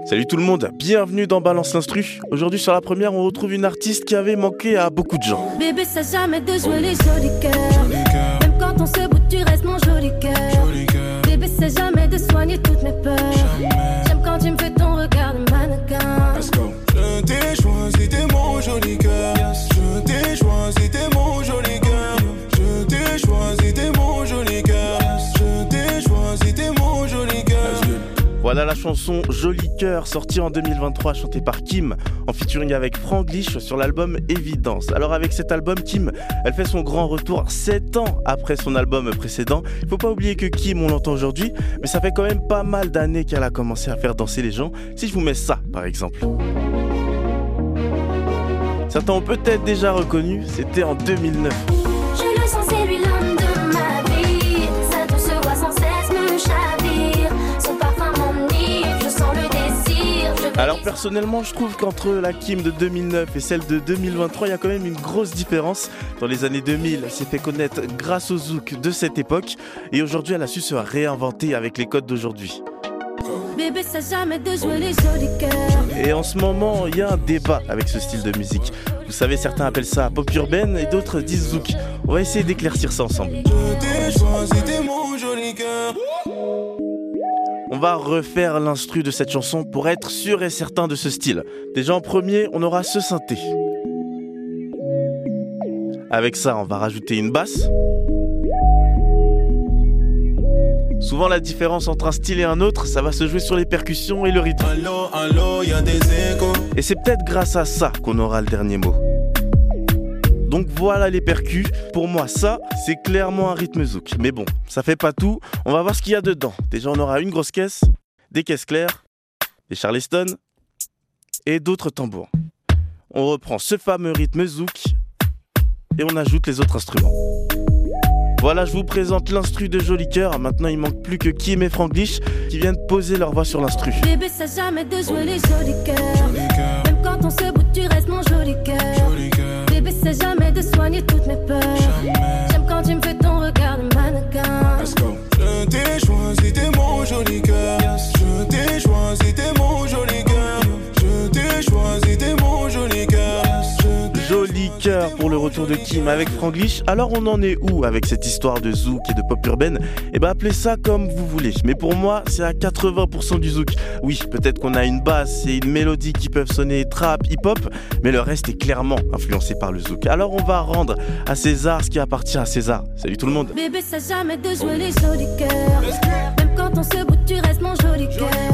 Salut tout le monde, bienvenue dans Balance l'Instru. Aujourd'hui sur la première, on retrouve une artiste qui avait manqué à beaucoup de gens. Bébé, ça jamais de jouer les jolis cœurs. Même quand on se bouge, tu restes mon joli cœur. Bébé, c'est jamais de soigner toutes mes peurs. J'aime quand tu me fais ton regard de mannequin. Let's go. Je t'ai choisi, t'es mon joli cœur. Je t'ai choisi, t'es mon joli cœur. Je t'ai choisi, t'es mon joli cœur. Je t'ai choisi, t'es mon joli cœur. Voilà la chanson Joli Cœur, sortie en 2023, chantée par Kim, en featuring avec Franglish sur l'album Évidence. Alors avec cet album, Kim, elle fait son grand retour 7 ans après son album précédent. Il faut pas oublier que Kim, on l'entend aujourd'hui, mais ça fait quand même pas mal d'années qu'elle a commencé à faire danser les gens. Si je vous mets ça, par exemple. Certains ont peut-être déjà reconnu, c'était en 2009. Je le sens, c'est lui l'homme de ma vie. Sa douce voix sans cesse me chavire. Son parfum m'enivre, je sens le désir. Alors personnellement, je trouve qu'entre la Kim de 2009 et celle de 2023, il y a quand même une grosse différence. Dans les années 2000, elle s'est fait connaître grâce au zouk de cette époque. Et aujourd'hui, elle a su se réinventer avec les codes d'aujourd'hui. Bébé, ça jamais de jouer les jolis cœurs. Et en ce moment, il y a un débat avec ce style de musique. Vous savez, certains appellent ça pop urbaine et d'autres disent zouk. On va essayer d'éclaircir ça ensemble. Je t'ai choisi, t'es mon joli cœur. On va refaire l'instru de cette chanson pour être sûr et certain de ce style. Déjà en premier, on aura ce synthé. Avec ça, on va rajouter une basse. Souvent, la différence entre un style et un autre, ça va se jouer sur les percussions et le rythme. Allô, allô, y'a des échos. Et c'est peut-être grâce à ça qu'on aura le dernier mot. Donc voilà les percus. Pour moi, ça, c'est clairement un rythme zouk. Mais bon, ça fait pas tout. On va voir ce qu'il y a dedans. Déjà, on aura une grosse caisse, des caisses claires, des charleston et d'autres tambours. On reprend ce fameux rythme zouk et on ajoute les autres instruments. Voilà, je vous présente l'instru de Joli Cœur. Maintenant, il manque plus que Kim et Franglish qui viennent poser leur voix sur l'instru. Bébé, ça jamais de jouer les jolis cœurs. Même quand on se bouge, tu restes mon joli cœur. Bébé, c'est jamais de soigner toutes mes peurs. J'aime quand tu me fais ton regard de mannequin. Let's go. Je t'ai choisi, t'es mon joli cœur. Je t'ai choisi, t'es mon joli cœur. Je t'ai choisi, t'es mon joli cœur. Joli Cœur pour le retour de Kim avec Franglish. Alors on en est où avec cette histoire de zouk et de pop urbaine? Eh ben appelez ça comme vous voulez. Mais pour moi, c'est à 80% du zouk. Oui, peut-être qu'on a une basse et une mélodie qui peuvent sonner trap, hip-hop, mais le reste est clairement influencé par le zouk. Alors on va rendre à César ce qui appartient à César. Salut tout le monde. Bébé, ça jamais de jouer les jolis cœurs. Même quand on se bouge, tu restes mon joli cœur.